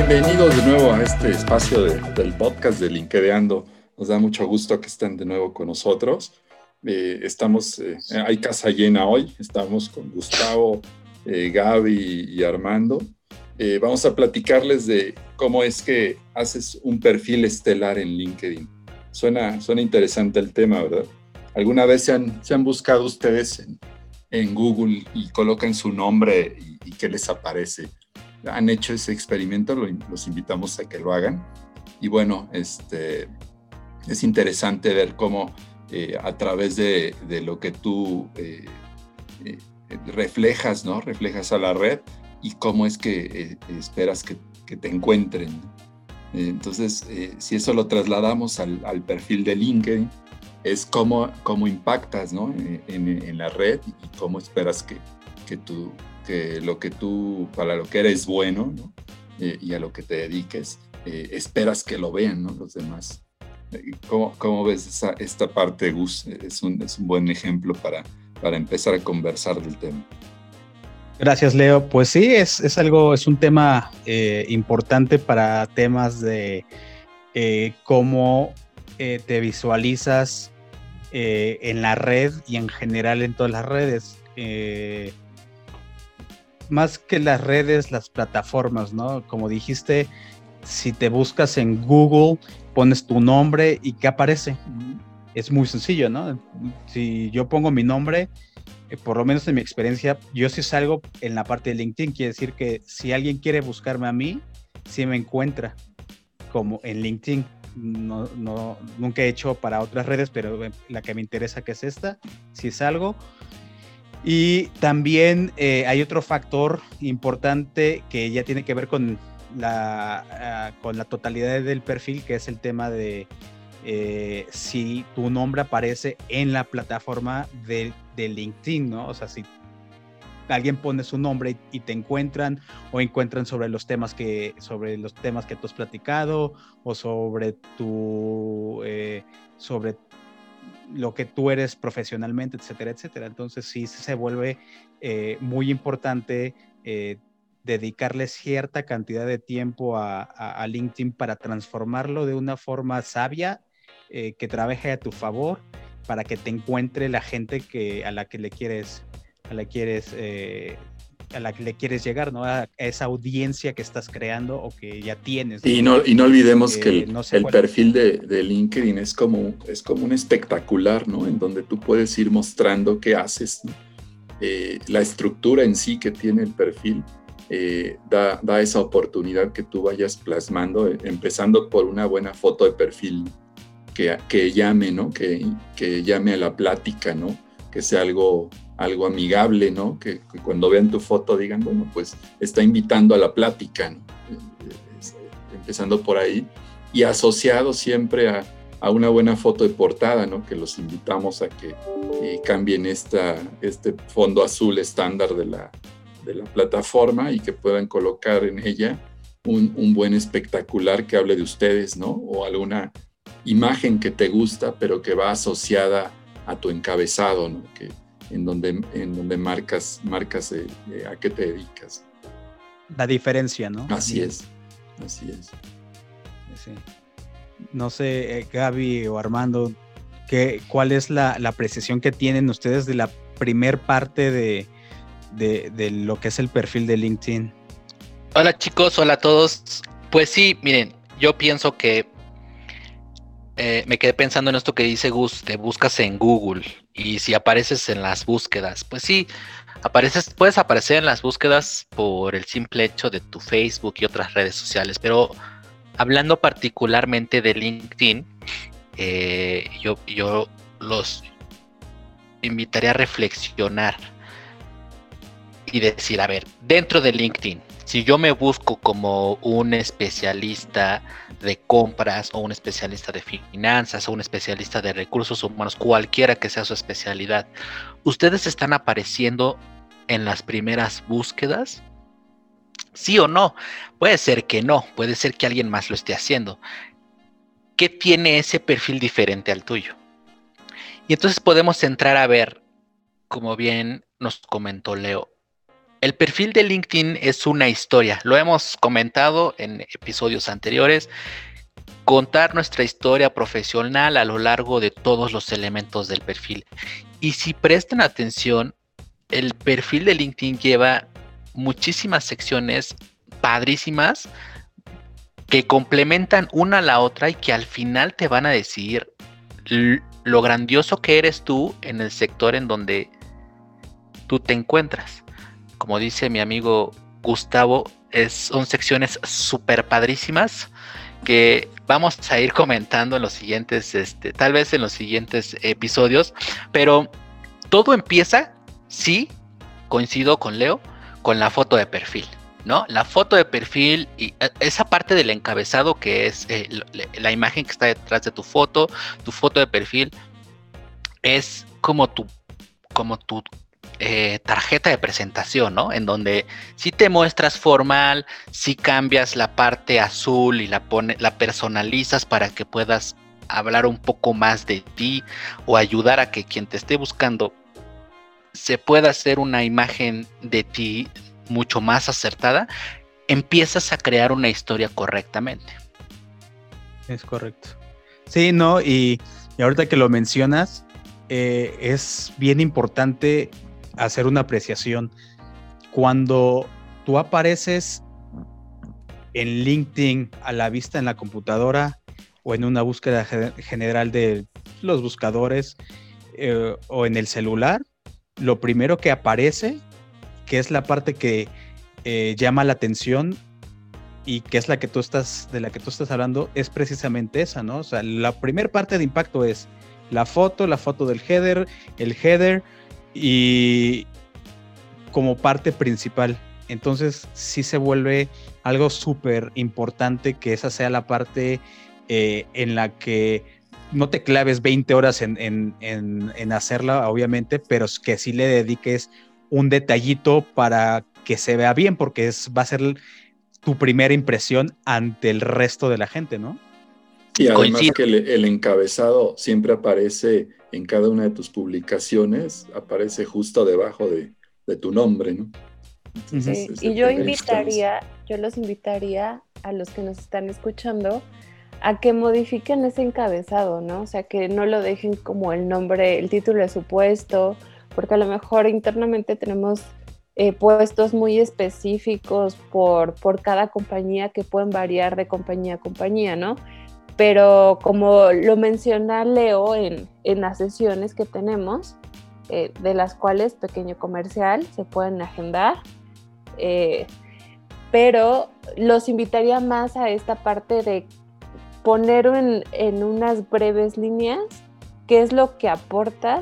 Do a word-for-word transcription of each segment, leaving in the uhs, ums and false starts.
Bienvenidos de nuevo a este espacio de- del podcast de LinkedInando. Nos da mucho gusto que estén de nuevo con nosotros. Eh, estamos, eh, hay casa llena hoy. Estamos con Gustavo, eh, Gaby y Armando. Eh, vamos a platicarles de cómo es que haces un perfil estelar en LinkedIn. Suena, suena interesante el tema, ¿verdad? ¿Alguna vez se han, se han buscado ustedes en, en Google y colocan su nombre y, y qué les aparece? ¿Han hecho ese experimento? Los invitamos a que lo hagan. Y bueno, este, es interesante ver cómo eh, a través de, de lo que tú eh, eh, reflejas, ¿no? Reflejas a la red y cómo es que eh, esperas que, que, te encuentren. Eh, entonces, eh, si eso lo trasladamos al, al perfil de LinkedIn, es cómo, cómo impactas, ¿no? en, en, en la red y cómo esperas que, que, tú, que lo que tú, para lo que eres bueno, ¿no? eh, y a lo que te dediques, eh, esperas que lo vean, ¿no? Los demás. ¿Cómo, cómo ves esa, esta parte, Gus? Es un, es un buen ejemplo para, para empezar a conversar del tema. Gracias, Leo. Pues sí, es, es algo, es un tema eh, importante para temas de eh, cómo eh, te visualizas eh, en la red y en general en todas las redes. Eh, más que las redes, las plataformas, ¿no? Como dijiste, si te buscas en Google, pones tu nombre y ¿qué aparece? Es muy sencillo, ¿no? Si yo pongo mi nombre, eh, por lo menos en mi experiencia, yo sí salgo en la parte de LinkedIn. Quiere decir que si alguien quiere buscarme a mí, sí me encuentra como en LinkedIn. No, no, nunca he hecho para otras redes, pero la que me interesa, que es esta, sí salgo. Y también eh, hay otro factor importante que ya tiene que ver con la, uh, con la totalidad del perfil, que es el tema de eh, si tu nombre aparece en la plataforma de, de LinkedIn, ¿no? O sea, si alguien pone su nombre y, y te encuentran o encuentran sobre los temas que sobre los temas que tú has platicado o sobre tu eh, sobre lo que tú eres profesionalmente, etcétera, etcétera. Entonces sí se vuelve eh, muy importante eh, dedicarle cierta cantidad de tiempo a, a, a LinkedIn para transformarlo de una forma sabia, eh, que trabaje a tu favor, para que te encuentre la gente que, a la que le quieres, a la quieres eh, a la que le quieres llegar, ¿no? A esa audiencia que estás creando o que ya tienes, ¿no? Y no, y no olvidemos que Eh, el, no sé el cuál... perfil de, de LinkedIn es como, es como un espectacular, ¿no? En donde tú puedes ir mostrando qué haces, ¿no? Eh, la estructura en sí que tiene el perfil eh, da, da esa oportunidad que tú vayas plasmando, eh, empezando por una buena foto de perfil que, que llame, ¿no? Que, que llame a la plática, ¿no? Que sea algo, algo amigable, ¿no? Que, que cuando vean tu foto digan, bueno, pues está invitando a la plática, ¿no? Empezando por ahí, y asociado siempre a, a una buena foto de portada, ¿no? Que los invitamos a que eh, cambien esta, este fondo azul estándar de la, de la plataforma y que puedan colocar en ella un, un buen espectacular que hable de ustedes, ¿no? O alguna imagen que te gusta, pero que va asociada a tu encabezado, ¿no? Que, en donde, en donde marcas, marcas eh, eh, a qué te dedicas. La diferencia, ¿no? Así es, así es. Sí. No sé, eh, Gaby o Armando, ¿qué, ¿cuál es la, la apreciación que tienen ustedes de la primer parte de, de, de lo que es el perfil de LinkedIn? Hola chicos, hola a todos. Pues sí, miren, yo pienso que eh, me quedé pensando en esto que dice Gus, te buscas en Google y si apareces en las búsquedas, pues sí, apareces, puedes aparecer en las búsquedas por el simple hecho de tu Facebook y otras redes sociales, pero hablando particularmente de LinkedIn, eh, yo, yo los invitaría a reflexionar y decir, a ver, dentro de LinkedIn, si yo me busco como un especialista de compras o un especialista de finanzas o un especialista de recursos humanos, cualquiera que sea su especialidad, ¿ustedes están apareciendo en las primeras búsquedas? ¿Sí o no? Puede ser que no, puede ser que alguien más lo esté haciendo. ¿Qué tiene ese perfil diferente al tuyo? Y entonces podemos entrar a ver, como bien nos comentó Leo, el perfil de LinkedIn es una historia. Lo hemos comentado en episodios anteriores. Contar nuestra historia profesional a lo largo de todos los elementos del perfil. Y si prestan atención, el perfil de LinkedIn lleva muchísimas secciones padrísimas que complementan una a la otra y que al final te van a decir l- lo grandioso que eres tú en el sector en donde tú te encuentras. Como dice mi amigo Gustavo, es, son secciones súper padrísimas que vamos a ir comentando en los siguientes, este, tal vez en los siguientes episodios, pero todo empieza, sí, coincido con Leo, con la foto de perfil, ¿no? La foto de perfil y esa parte del encabezado que es eh, la, la imagen que está detrás de tu foto, tu foto de perfil es como tu, como tu Eh, tarjeta de presentación, ¿no? En donde si te muestras formal, si cambias la parte azul y la, pone, la personalizas para que puedas hablar un poco más de ti o ayudar a que quien te esté buscando se pueda hacer una imagen de ti mucho más acertada, empiezas a crear una historia correctamente. Es correcto. Sí, no, y, y ahorita que lo mencionas, eh, es bien importante hacer una apreciación. Cuando tú apareces en LinkedIn a la vista en la computadora o en una búsqueda general de los buscadores eh, o en el celular, lo primero que aparece, que es la parte que eh, llama la atención y que es la que tú estás, de la que tú estás hablando, es precisamente esa, ¿no? O sea, la primera parte de impacto es la foto, la foto del header, el header y como parte principal. Entonces sí se vuelve algo súper importante que esa sea la parte eh, en la que no te claves veinte horas en, en, en, en hacerla, obviamente, pero que sí le dediques un detallito para que se vea bien, porque es, va a ser tu primera impresión ante el resto de la gente, ¿no? Y además Coincido. que el, el encabezado siempre aparece en cada una de tus publicaciones, aparece justo debajo de, de tu nombre, ¿no? Entonces, sí, y yo invitaría, yo los invitaría a los que nos están escuchando a que modifiquen ese encabezado, ¿no? O sea, que no lo dejen como el nombre, el título de su puesto, porque a lo mejor internamente tenemos eh, puestos muy específicos por, por cada compañía que pueden variar de compañía a compañía, ¿no? Pero como lo menciona Leo en, en las sesiones que tenemos, eh, de las cuales pequeño comercial se pueden agendar, eh, pero los invitaría más a esta parte de poner en, en unas breves líneas qué es lo que aportas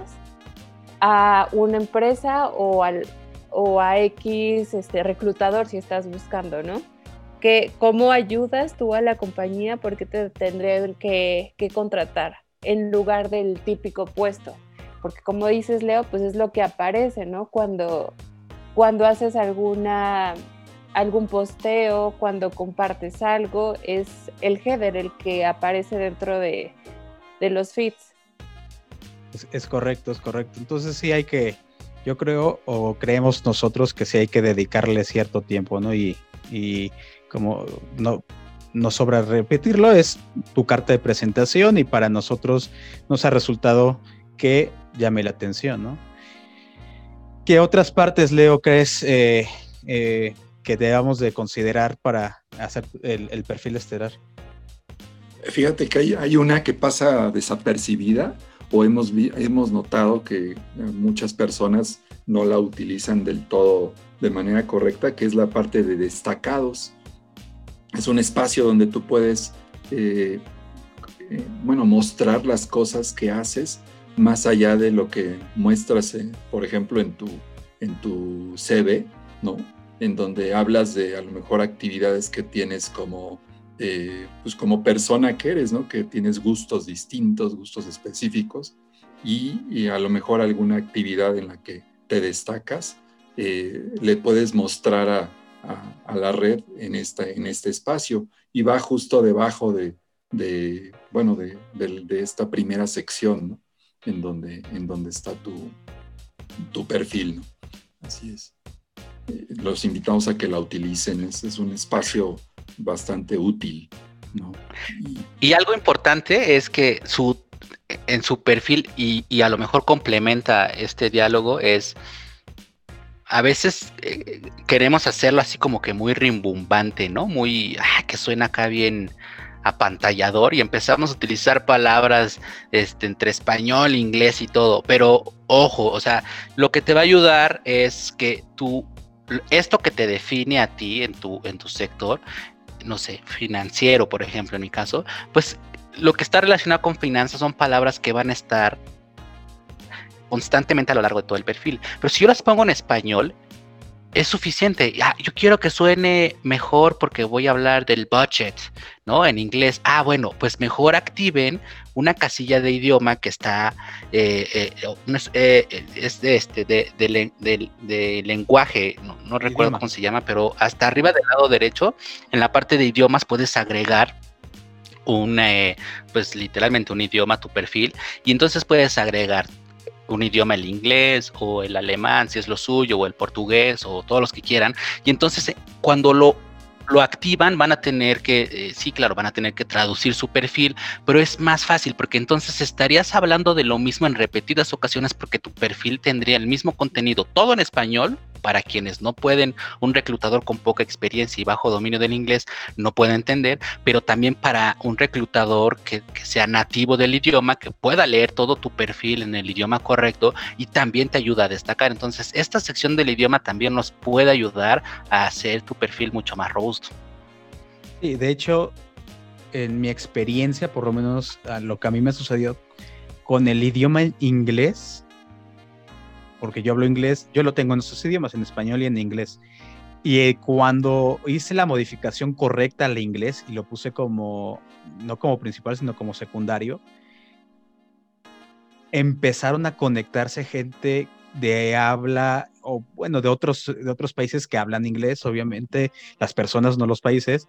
a una empresa o, al, o a X este, reclutador si estás buscando, ¿no? Que, ¿cómo ayudas tú a la compañía? Porque te tendrían que, que contratar en lugar del típico puesto. Porque como dices, Leo, pues es lo que aparece, ¿no? Cuando, cuando haces alguna, algún posteo, cuando compartes algo, es el header el que aparece dentro de, de los feeds. Es, es correcto, es correcto. Entonces sí hay que, yo creo, o creemos nosotros que sí hay que dedicarle cierto tiempo, ¿no? Y, y como no, no sobra repetirlo, es tu carta de presentación y para nosotros nos ha resultado que llame la atención, ¿no? ¿Qué otras partes, Leo, crees eh, eh, que debamos de considerar para hacer el, el perfil estelar? Fíjate que hay, hay una que pasa desapercibida o hemos, vi, hemos notado que muchas personas no la utilizan del todo de manera correcta, que es la parte de destacados. Es un espacio donde tú puedes, eh, eh, bueno, mostrar las cosas que haces más allá de lo que muestras, eh, por ejemplo, en tu, en tu C V, ¿no? En donde hablas de a lo mejor actividades que tienes como, eh, pues como persona que eres, ¿no? Que tienes gustos distintos, gustos específicos y, y a lo mejor alguna actividad en la que te destacas, eh, le puedes mostrar a, a, a la red en, esta, en este espacio y va justo debajo de, de bueno, de, de, de esta primera sección, ¿no? En donde, en donde está tu, tu perfil, ¿no? Así es. eh, los invitamos a que la utilicen. Es, es un espacio bastante útil, ¿no? Y, y algo importante es que su, en su perfil, y, y a lo mejor complementa este diálogo, es a veces eh, queremos hacerlo así como que muy rimbombante, ¿no? Muy, ah, que suena acá bien apantallador, y empezamos a utilizar palabras este, entre español, inglés y todo, pero ojo, o sea, lo que te va a ayudar es que tú, esto que te define a ti en tu, en tu sector, no sé, financiero, por ejemplo, en mi caso, pues lo que está relacionado con finanzas son palabras que van a estar constantemente a lo largo de todo el perfil, pero si yo las pongo en español, es suficiente. Ah, yo quiero que suene mejor porque voy a hablar del budget, ¿no? En inglés. Ah, bueno, pues mejor activen una casilla de idioma que está, eh, eh, eh, es de, este, de, de, de, de lenguaje, no, no recuerdo idioma. Cómo se llama, pero hasta arriba del lado derecho, en la parte de idiomas, puedes agregar un, eh, pues literalmente un idioma a tu perfil, y entonces puedes agregar un idioma, el inglés o el alemán, si es lo suyo, o el portugués, o todos los que quieran, y entonces cuando lo, lo activan van a tener que, eh, sí, claro, van a tener que traducir su perfil, pero es más fácil porque entonces estarías hablando de lo mismo en repetidas ocasiones, porque tu perfil tendría el mismo contenido, todo en español. Para quienes no pueden, un reclutador con poca experiencia y bajo dominio del inglés no puede entender, pero también para un reclutador que, que sea nativo del idioma, que pueda leer todo tu perfil en el idioma correcto y también te ayuda a destacar. Entonces, esta sección del idioma también nos puede ayudar a hacer tu perfil mucho más robusto. Sí, de hecho, en mi experiencia, por lo menos a lo que a mí me sucedió con el idioma inglés, porque yo hablo inglés, yo lo tengo en esos idiomas, en español y en inglés. Y eh, cuando hice la modificación correcta al inglés y lo puse como, no como principal, sino como secundario, empezaron a conectarse gente de habla, o bueno, de otros, de otros países que hablan inglés, obviamente, las personas, no los países.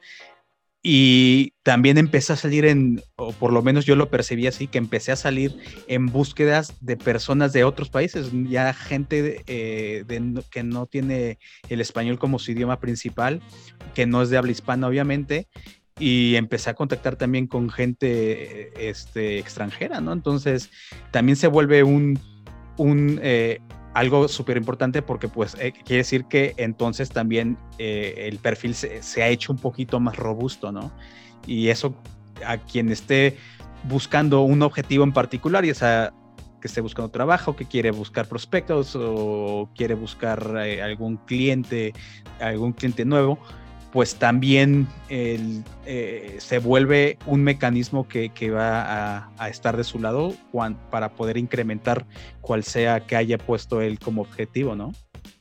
Y también empecé a salir en, o por lo menos yo lo percibí así, que empecé a salir en búsquedas de personas de otros países, ya gente eh, de, que no tiene el español como su idioma principal, que no es de habla hispana, obviamente, y empecé a contactar también con gente este, extranjera, ¿no? Entonces, también se vuelve un, un eh, algo súper importante porque pues eh, quiere decir que entonces también eh, el perfil se, se ha hecho un poquito más robusto, ¿no? Y eso a quien esté buscando un objetivo en particular, ya sea que esté buscando trabajo, que quiere buscar prospectos o quiere buscar eh, algún cliente, algún cliente nuevo, pues también el, eh, se vuelve un mecanismo que, que va a, a estar de su lado cuan, para poder incrementar cual sea que haya puesto él como objetivo, ¿no?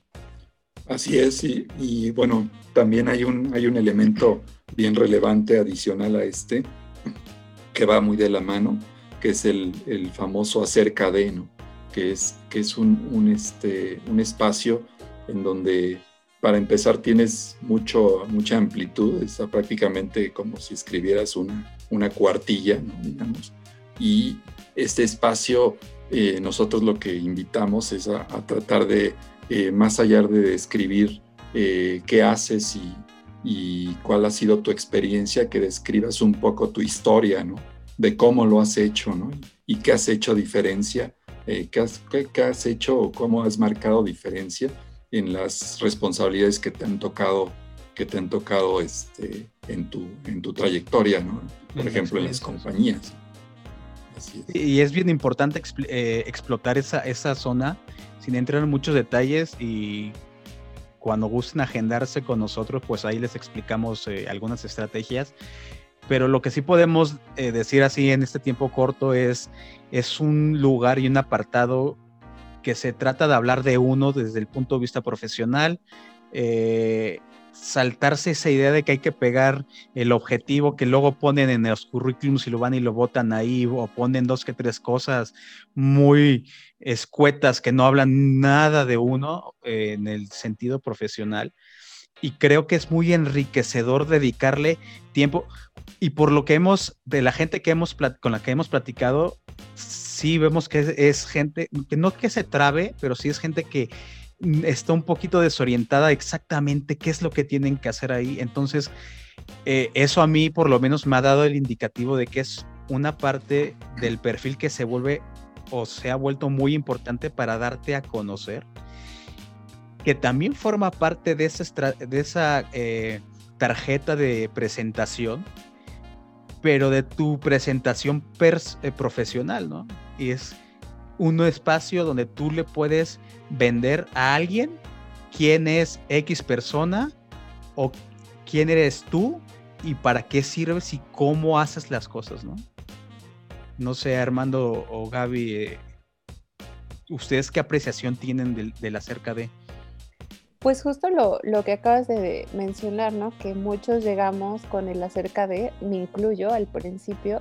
Así es, y, y bueno, también hay un, hay un elemento bien relevante adicional a este, que va muy de la mano, que es el, el famoso acerca de, ¿no? Que es, que es un, un, este, un espacio en donde, para empezar, tienes mucho, mucha amplitud, es prácticamente como si escribieras una, una cuartilla, ¿no? Digamos. Y este espacio, eh, nosotros lo que invitamos es a, a tratar de, eh, más allá de describir eh, qué haces y, y cuál ha sido tu experiencia, que describas un poco tu historia, ¿no? De cómo lo has hecho, ¿no? Y qué has hecho diferencia, eh, qué, has, qué, qué has hecho o cómo has marcado diferencia en las responsabilidades que te han tocado, que te han tocado este, en, tu, en tu trayectoria, ¿no? Por ejemplo, en las compañías. Así es. Y es bien importante expl- eh, explotar esa, esa zona sin entrar en muchos detalles, y cuando gusten agendarse con nosotros, pues ahí les explicamos eh, algunas estrategias. Pero lo que sí podemos eh, decir así en este tiempo corto es, es un lugar y un apartado que se trata de hablar de uno desde el punto de vista profesional, eh, saltarse esa idea de que hay que pegar el objetivo que luego ponen en los currículums y lo van y lo botan ahí, o ponen dos que tres cosas muy escuetas que no hablan nada de uno eh, en el sentido profesional. Y creo que es muy enriquecedor dedicarle tiempo, y por lo que hemos, de la gente que hemos con la que hemos platicado, sí vemos que es, es gente, que no que se trabe, pero sí es gente que está un poquito desorientada exactamente qué es lo que tienen que hacer ahí. Entonces, eh, eso a mí por lo menos me ha dado el indicativo de que es una parte del perfil que se vuelve o se ha vuelto muy importante para darte a conocer, que también forma parte de esa, estra- de esa eh, tarjeta de presentación, pero de tu presentación pers- eh, profesional, ¿no? Y es un espacio donde tú le puedes vender a alguien quién es X persona o quién eres tú y para qué sirves y cómo haces las cosas, ¿no? No sé, Armando o Gaby, eh, ¿ustedes qué apreciación tienen del, del acerca de? Pues justo lo, lo que acabas de mencionar, ¿no? Que muchos llegamos con el acerca de, me incluyo al principio,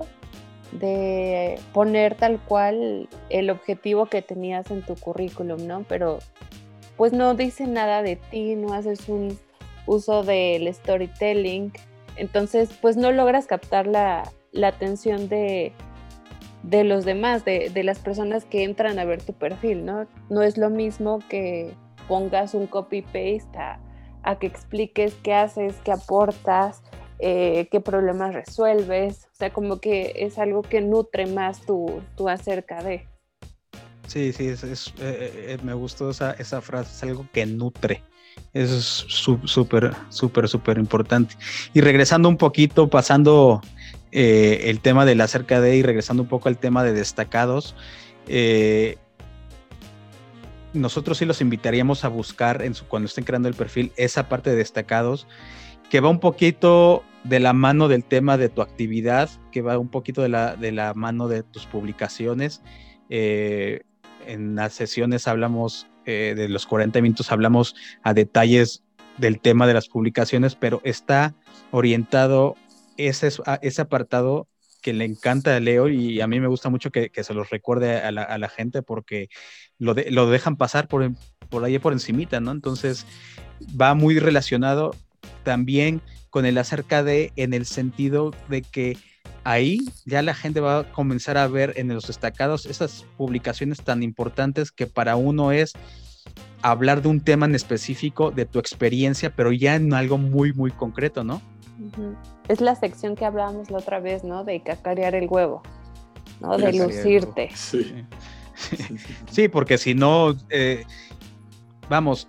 de poner tal cual el objetivo que tenías en tu currículum, ¿no? Pero pues no dice nada de ti, no haces un uso del storytelling, entonces pues no logras captar la, la atención de, de los demás, de, de las personas que entran a ver tu perfil, ¿no? No es lo mismo que pongas un copy-paste a, a que expliques qué haces, qué aportas, eh, qué problemas resuelves, o sea, como que es algo que nutre más tu, tu acerca de. Sí, sí, es, es, eh, eh, me gustó esa, esa frase, es algo que nutre. Eso es súper, súper, súper importante. Y regresando un poquito, pasando eh, el tema del acerca de y regresando un poco al tema de destacados, eh, nosotros sí los invitaríamos a buscar en su, cuando estén creando el perfil esa parte de destacados, que va un poquito de la mano del tema de tu actividad, que va un poquito de la, de la mano de tus publicaciones. Eh, en las sesiones hablamos eh, de los cuarenta minutos, hablamos a detalles del tema de las publicaciones, pero está orientado ese, a ese apartado que le encanta a Leo y a mí me gusta mucho que, que se los recuerde a la, a la gente porque lo, de, lo dejan pasar por, por ahí por encimita, ¿no? Entonces va muy relacionado también con el acerca de, en el sentido de que ahí ya la gente va a comenzar a ver en los destacados esas publicaciones tan importantes que para uno es hablar de un tema en específico, de tu experiencia, pero ya en algo muy, muy concreto, ¿no? Uh-huh. Es la sección que hablábamos la otra vez, ¿no? De cacarear el huevo, ¿no? De lucirte. Sí, sí. Sí, porque si no, eh, vamos,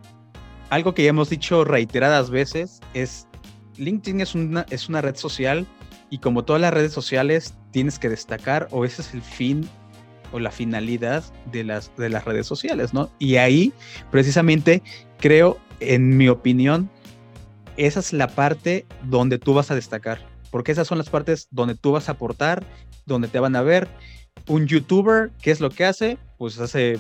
algo que ya hemos dicho reiteradas veces es LinkedIn es una, es una red social y como todas las redes sociales tienes que destacar o ese es el fin o la finalidad de las, de las redes sociales, ¿no? Y ahí precisamente creo, en mi opinión, esa es la parte donde tú vas a destacar, porque esas son las partes donde tú vas a aportar, donde te van a ver. Un youtuber, ¿qué es lo que hace? Pues hace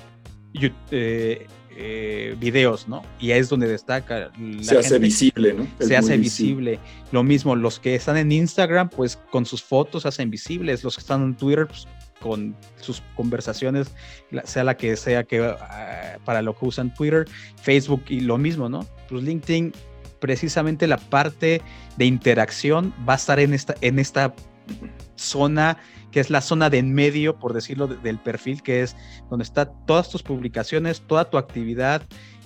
eh, eh, videos, ¿no? Y ahí es donde destaca. La se hace visible, ¿no? Es se hace visible. visible. Lo mismo, los que están en Instagram, pues con sus fotos se hacen visibles. Los que están en Twitter, pues, con sus conversaciones, sea la que sea que uh, para lo que usan Twitter, Facebook y lo mismo, ¿no? Pues LinkedIn, precisamente la parte de interacción va a estar en esta, en esta zona que es la zona de en medio, por decirlo, de, del perfil, que es donde están todas tus publicaciones, toda tu actividad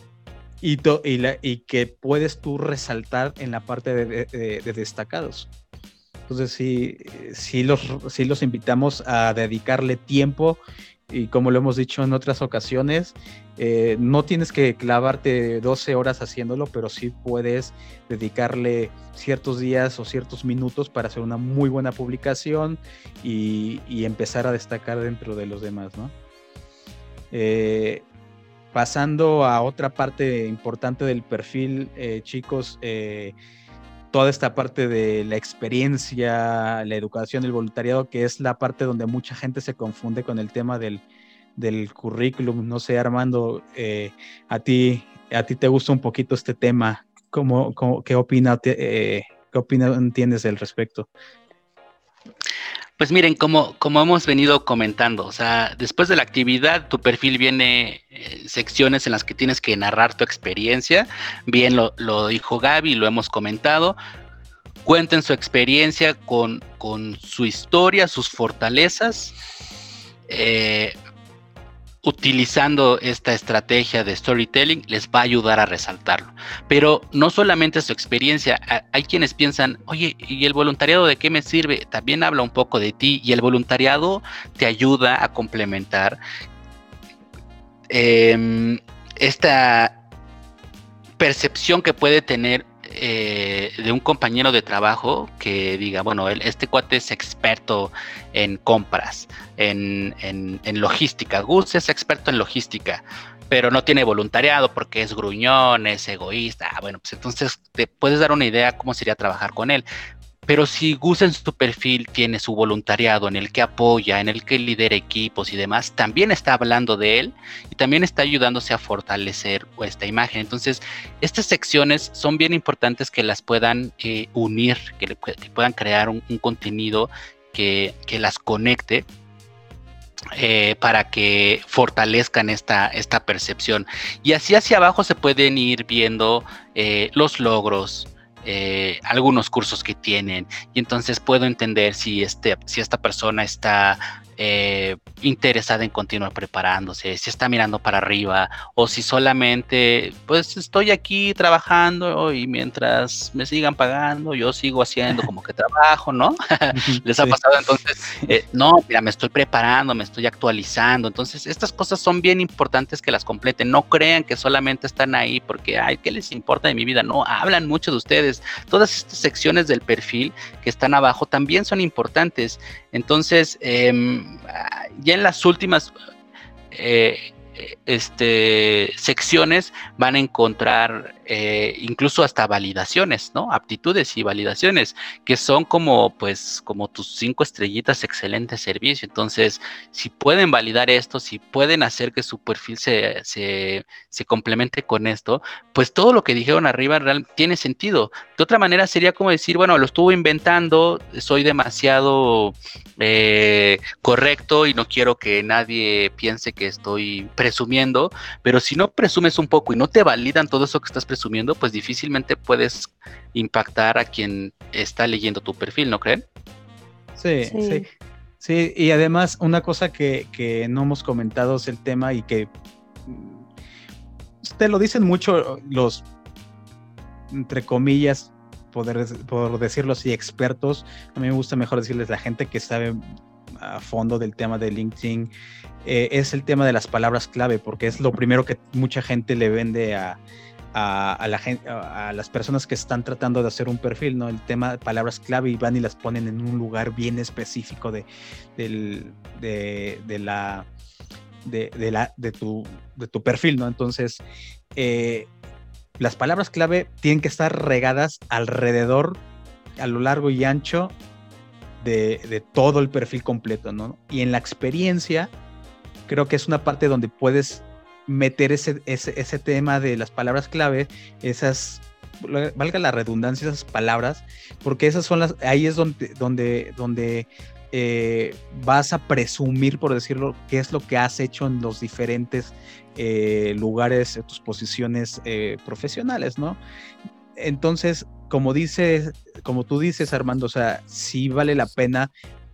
y, to, y, la, y que puedes tú resaltar en la parte de, de, de destacados. Entonces sí, sí, los, sí los invitamos a dedicarle tiempo y como lo hemos dicho en otras ocasiones, eh, no tienes que clavarte doce horas haciéndolo, pero sí puedes dedicarle ciertos días o ciertos minutos para hacer una muy buena publicación y, y empezar a destacar dentro de los demás, ¿no? Eh, pasando a otra parte importante del perfil, eh, chicos, eh, toda esta parte de la experiencia, la educación, el voluntariado, que es la parte donde mucha gente se confunde con el tema del, del currículum. No sé, Armando, eh, a ti, a ti te gusta un poquito este tema. ¿Cómo, cómo, qué opina, eh, qué opinión tienes al respecto? Pues miren, como, como hemos venido comentando, o sea, después de la actividad, tu perfil viene eh, secciones en las que tienes que narrar tu experiencia. Bien lo, lo dijo Gaby, lo hemos comentado. Cuenten su experiencia con, con su historia, sus fortalezas. Eh, utilizando esta estrategia de storytelling les va a ayudar a resaltarlo. Pero no solamente su experiencia, hay quienes piensan, oye, ¿y el voluntariado de qué me sirve? También habla un poco de ti, y el voluntariado te ayuda a complementar eh, esta percepción que puede tener eh, de un compañero de trabajo que diga, bueno, él, este cuate es experto en compras, en, en, en logística. Gus es experto en logística, pero no tiene voluntariado porque es gruñón, es egoísta. Ah, bueno, pues entonces te puedes dar una idea cómo sería trabajar con él. Pero si Gus en su perfil tiene su voluntariado en el que apoya, en el que lidera equipos y demás, también está hablando de él y también está ayudándose a fortalecer esta imagen. Entonces, estas secciones son bien importantes que las puedan eh, unir, que, le, que puedan crear un, un contenido que, que las conecte eh, para que fortalezcan esta, esta percepción. Y así hacia abajo se pueden ir viendo eh, los logros, Eh, algunos cursos que tienen, y entonces puedo entender si, este, si esta persona está eh, interesada en continuar preparándose, si está mirando para arriba, o si solamente pues estoy aquí trabajando y mientras me sigan pagando yo sigo haciendo como que trabajo, ¿no? ¿Les sí. ha pasado? Entonces, eh, no, mira, me estoy preparando, me estoy actualizando. Entonces estas cosas son bien importantes que las completen. No crean que solamente están ahí porque, ay, ¿qué les importa de mi vida? No, hablan mucho de ustedes. Todas estas secciones del perfil que están abajo también son importantes. Entonces, eh, ya en las últimas eh, este, secciones van a encontrar eh, incluso hasta validaciones, ¿no? Aptitudes y validaciones, que son como, pues, como tus cinco estrellitas, excelente servicio. Entonces, si pueden validar esto, si pueden hacer que su perfil se, se, se complemente con esto, pues todo lo que dijeron arriba real, tiene sentido. De otra manera sería como decir, bueno, lo estuve inventando, soy demasiado eh, correcto y no quiero que nadie piense que estoy presumiendo, pero si no presumes un poco y no te validan todo eso que estás presumiendo, pues difícilmente puedes impactar a quien está leyendo tu perfil, ¿no creen? Sí, sí, sí, sí, y además una cosa que, que no hemos comentado es el tema y que te lo dicen mucho los, entre comillas, poder, por decirlo así, expertos. A mí me gusta mejor decirles la gente que sabe a fondo del tema de LinkedIn, eh, es el tema de las palabras clave, porque es lo primero que mucha gente le vende a, a, a, la gente, a, a las personas que están tratando de hacer un perfil, ¿no? El tema de palabras clave, y van y las ponen en un lugar bien específico de, del, de, de la de, de, la, de, tu, de tu perfil, ¿no? Entonces, eh, las palabras clave tienen que estar regadas alrededor, a lo largo y ancho de, de todo el perfil completo, ¿no? Y en la experiencia, creo que es una parte donde puedes meter ese, ese, ese tema de las palabras clave, esas, valga la redundancia, esas palabras, porque esas son las, ahí es donde, donde, donde eh, vas a presumir, por decirlo, qué es lo que has hecho en los diferentes eh, lugares, tus posiciones eh, profesionales, ¿no? Entonces, como dices, como tú dices, Armando, o sea, sí vale la pena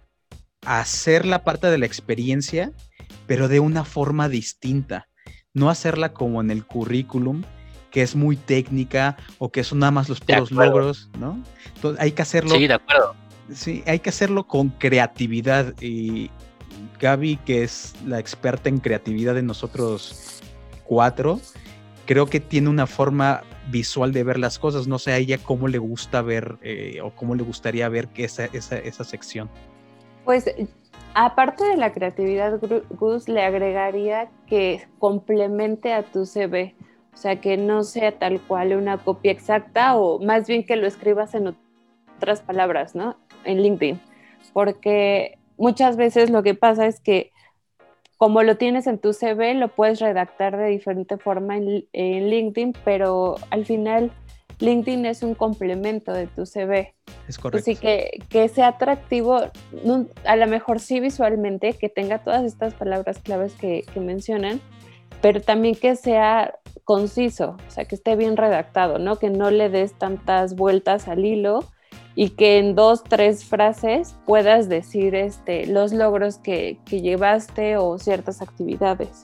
hacer la parte de la experiencia, pero de una forma distinta. No hacerla como en el currículum, que es muy técnica o que son nada más los puros logros, ¿no? Entonces hay que hacerlo. Sí, de acuerdo. Sí, hay que hacerlo con creatividad. Y Gaby, que es la experta en creatividad de nosotros cuatro, creo que tiene una forma visual de ver las cosas. No sé a ella cómo le gusta ver eh, o cómo le gustaría ver que esa, esa, esa sección. Pues aparte de la creatividad, Gus, le agregaría que complemente a tu C V, o sea, que no sea tal cual una copia exacta, o más bien que lo escribas en otras palabras, ¿no? En LinkedIn, porque muchas veces lo que pasa es que como lo tienes en tu C V, lo puedes redactar de diferente forma en, en LinkedIn, pero al final LinkedIn es un complemento de tu C V. Es correcto. Así que, que sea atractivo, a lo mejor sí visualmente, que tenga todas estas palabras claves que, que mencionan, pero también que sea conciso, o sea, que esté bien redactado, ¿no? Que no le des tantas vueltas al hilo y que en dos, tres frases puedas decir este, los logros que, que llevaste o ciertas actividades.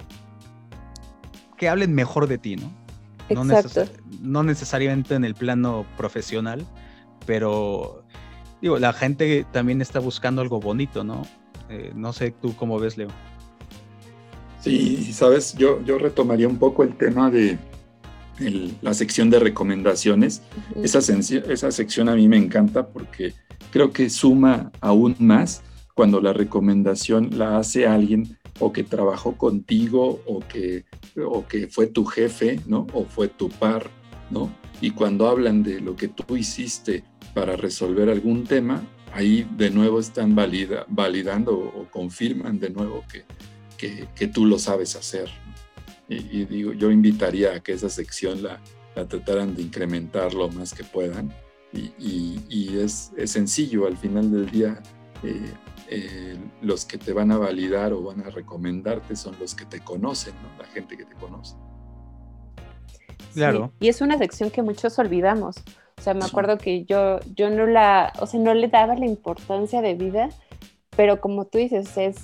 Que hablen mejor de ti, ¿no? No, neces- no necesariamente en el plano profesional, pero digo, la gente también está buscando algo bonito, ¿no? Eh, no sé tú cómo ves, Leo. Sí, sabes, yo, yo retomaría un poco el tema de el, la sección de recomendaciones. Uh-huh. Esa, esa sección a mí me encanta porque creo que suma aún más cuando la recomendación la hace alguien o que trabajó contigo o que, o que fue tu jefe, ¿no? O fue tu par, ¿no? Y cuando hablan de lo que tú hiciste para resolver algún tema, ahí de nuevo están valida, validando o, o confirman de nuevo que, que, que tú lo sabes hacer, ¿no? Y, y digo, yo invitaría a que esa sección la, la trataran de incrementar lo más que puedan. Y, y, y es, es sencillo, al final del día, eh, eh, los que te van a validar o van a recomendarte son los que te conocen, ¿no? La gente que te conoce. Claro. Sí, y es una sección que muchos olvidamos. O sea, me acuerdo que yo, yo no la, o sea, no le daba la importancia de vida, pero como tú dices, es,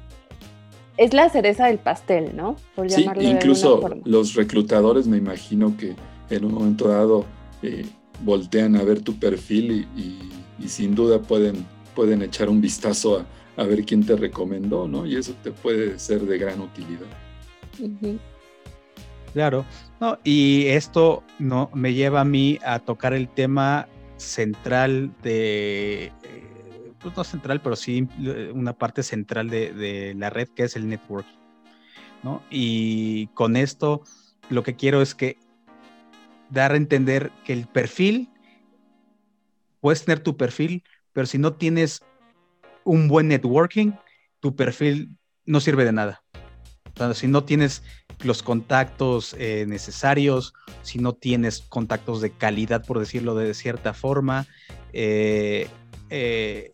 es la cereza del pastel, ¿no? Por sí, llamarlo incluso de alguna forma. Los reclutadores me imagino que en un momento dado eh, voltean a ver tu perfil y, y, y sin duda pueden, pueden echar un vistazo a, a ver quién te recomendó, ¿no? Y eso te puede ser de gran utilidad. Uh-huh. Claro, no, y esto no me lleva a mí a tocar el tema central de, eh, pues no central, pero sí una parte central de, de la red, que es el networking, ¿no? Y con esto lo que quiero es que dar a entender que el perfil, puedes tener tu perfil, pero si no tienes un buen networking, tu perfil no sirve de nada. O sea, si no tienes los contactos eh, necesarios, si no tienes contactos de calidad, por decirlo de cierta forma, eh, eh,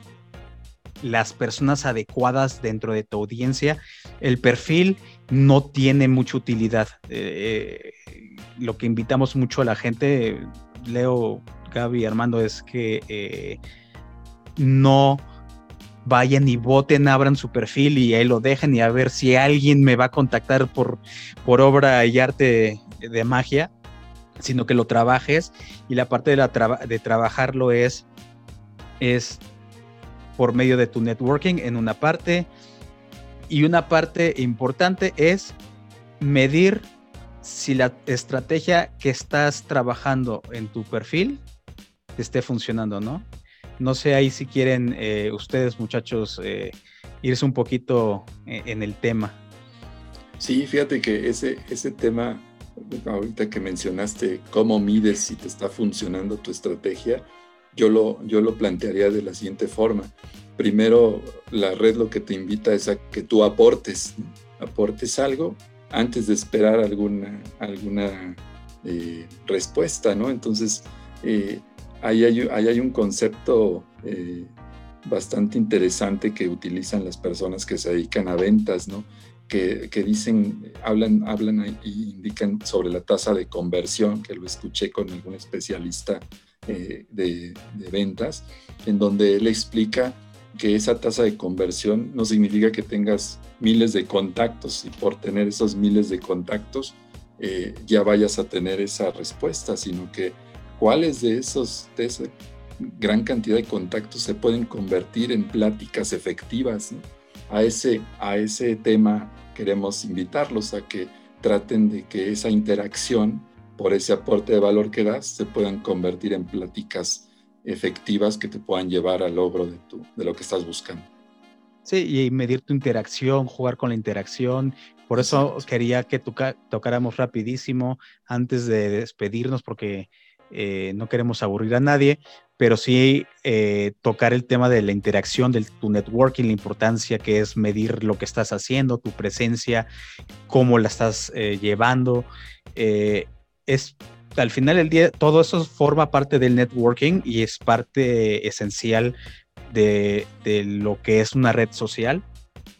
las personas adecuadas dentro de tu audiencia, el perfil no tiene mucha utilidad. Eh, eh, lo que invitamos mucho a la gente, Leo, Gaby, Armando, es que eh, no vayan y voten, abran su perfil y ahí lo dejen y a ver si alguien me va a contactar por, por obra y arte de, de magia, sino que lo trabajes, y la parte de, la tra- de trabajarlo es, es por medio de tu networking en una parte, y una parte importante es medir si la estrategia que estás trabajando en tu perfil te esté funcionando, ¿no? No sé ahí si quieren eh, ustedes, muchachos, eh, irse un poquito en, en el tema. Sí, fíjate que ese, ese tema, ahorita que mencionaste cómo mides si te está funcionando tu estrategia, yo lo, yo lo plantearía de la siguiente forma. Primero, la red lo que te invita es a que tú aportes, ¿no? Aportes algo antes de esperar alguna, alguna eh, respuesta, ¿no? Entonces, eh, Ahí hay, ahí hay un concepto eh, bastante interesante que utilizan las personas que se dedican a ventas, ¿no? Que, que dicen, hablan, hablan e indican sobre la tasa de conversión, que lo escuché con algún especialista eh, de, de ventas, en donde él explica que esa tasa de conversión no significa que tengas miles de contactos y por tener esos miles de contactos eh, ya vayas a tener esa respuesta, sino que cuáles de esos, de esa gran cantidad de contactos se pueden convertir en pláticas efectivas, ¿no? A ese, a ese tema queremos invitarlos a que traten de que esa interacción, por ese aporte de valor que das, se puedan convertir en pláticas efectivas que te puedan llevar al logro de, tu, de lo que estás buscando. Sí, y medir tu interacción, jugar con la interacción. Por Exacto. Eso quería que toca, tocáramos rapidísimo antes de despedirnos, porque Eh, no queremos aburrir a nadie, pero sí eh, tocar el tema de la interacción, de tu networking, la importancia que es medir lo que estás haciendo, tu presencia, cómo la estás eh, llevando. Eh, es, al final del día, todo eso forma parte del networking y es parte esencial de, de lo que es una red social,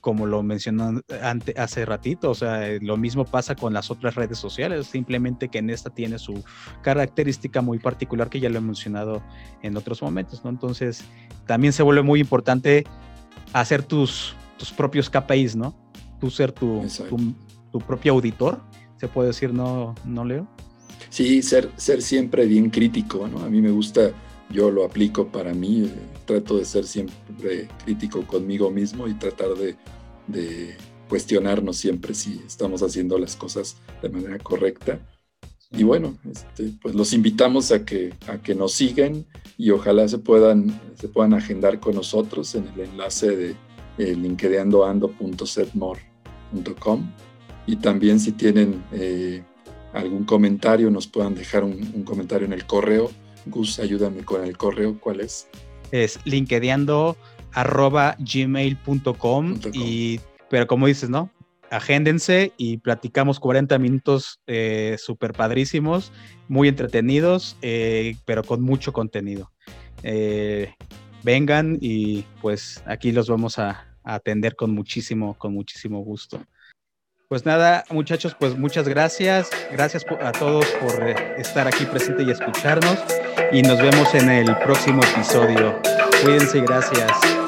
como lo mencionó ante, hace ratito, o sea, lo mismo pasa con las otras redes sociales, simplemente que en esta tiene su característica muy particular que ya lo he mencionado en otros momentos, ¿no? Entonces, también se vuelve muy importante hacer tus, tus propios K P Is, ¿no? Tú ser tu, tu, tu propio auditor, se puede decir, ¿no, no Leo? Sí, ser, ser siempre bien crítico, ¿no? A mí me gusta, yo lo aplico para mí, eh, trato de ser siempre crítico conmigo mismo y tratar de, de cuestionarnos siempre si estamos haciendo las cosas de manera correcta. Y bueno, este, pues los invitamos a que, a que nos sigan y ojalá se puedan, se puedan agendar con nosotros en el enlace de eh, linkedeando punto setmore punto com, y también si tienen eh, algún comentario nos puedan dejar un, un comentario en el correo. Gus, ayúdame con el correo, ¿cuál es? Es linkedeando arroba gmail punto com, y pero como dices, ¿no? Agéndense y platicamos cuarenta minutos eh, súper padrísimos, muy entretenidos, eh, pero con mucho contenido. Eh, vengan y pues aquí los vamos a, a atender con muchísimo, con muchísimo gusto. Pues nada, muchachos, pues muchas gracias. Gracias a todos por estar aquí presente y escucharnos. Y nos vemos en el próximo episodio. Cuídense y gracias.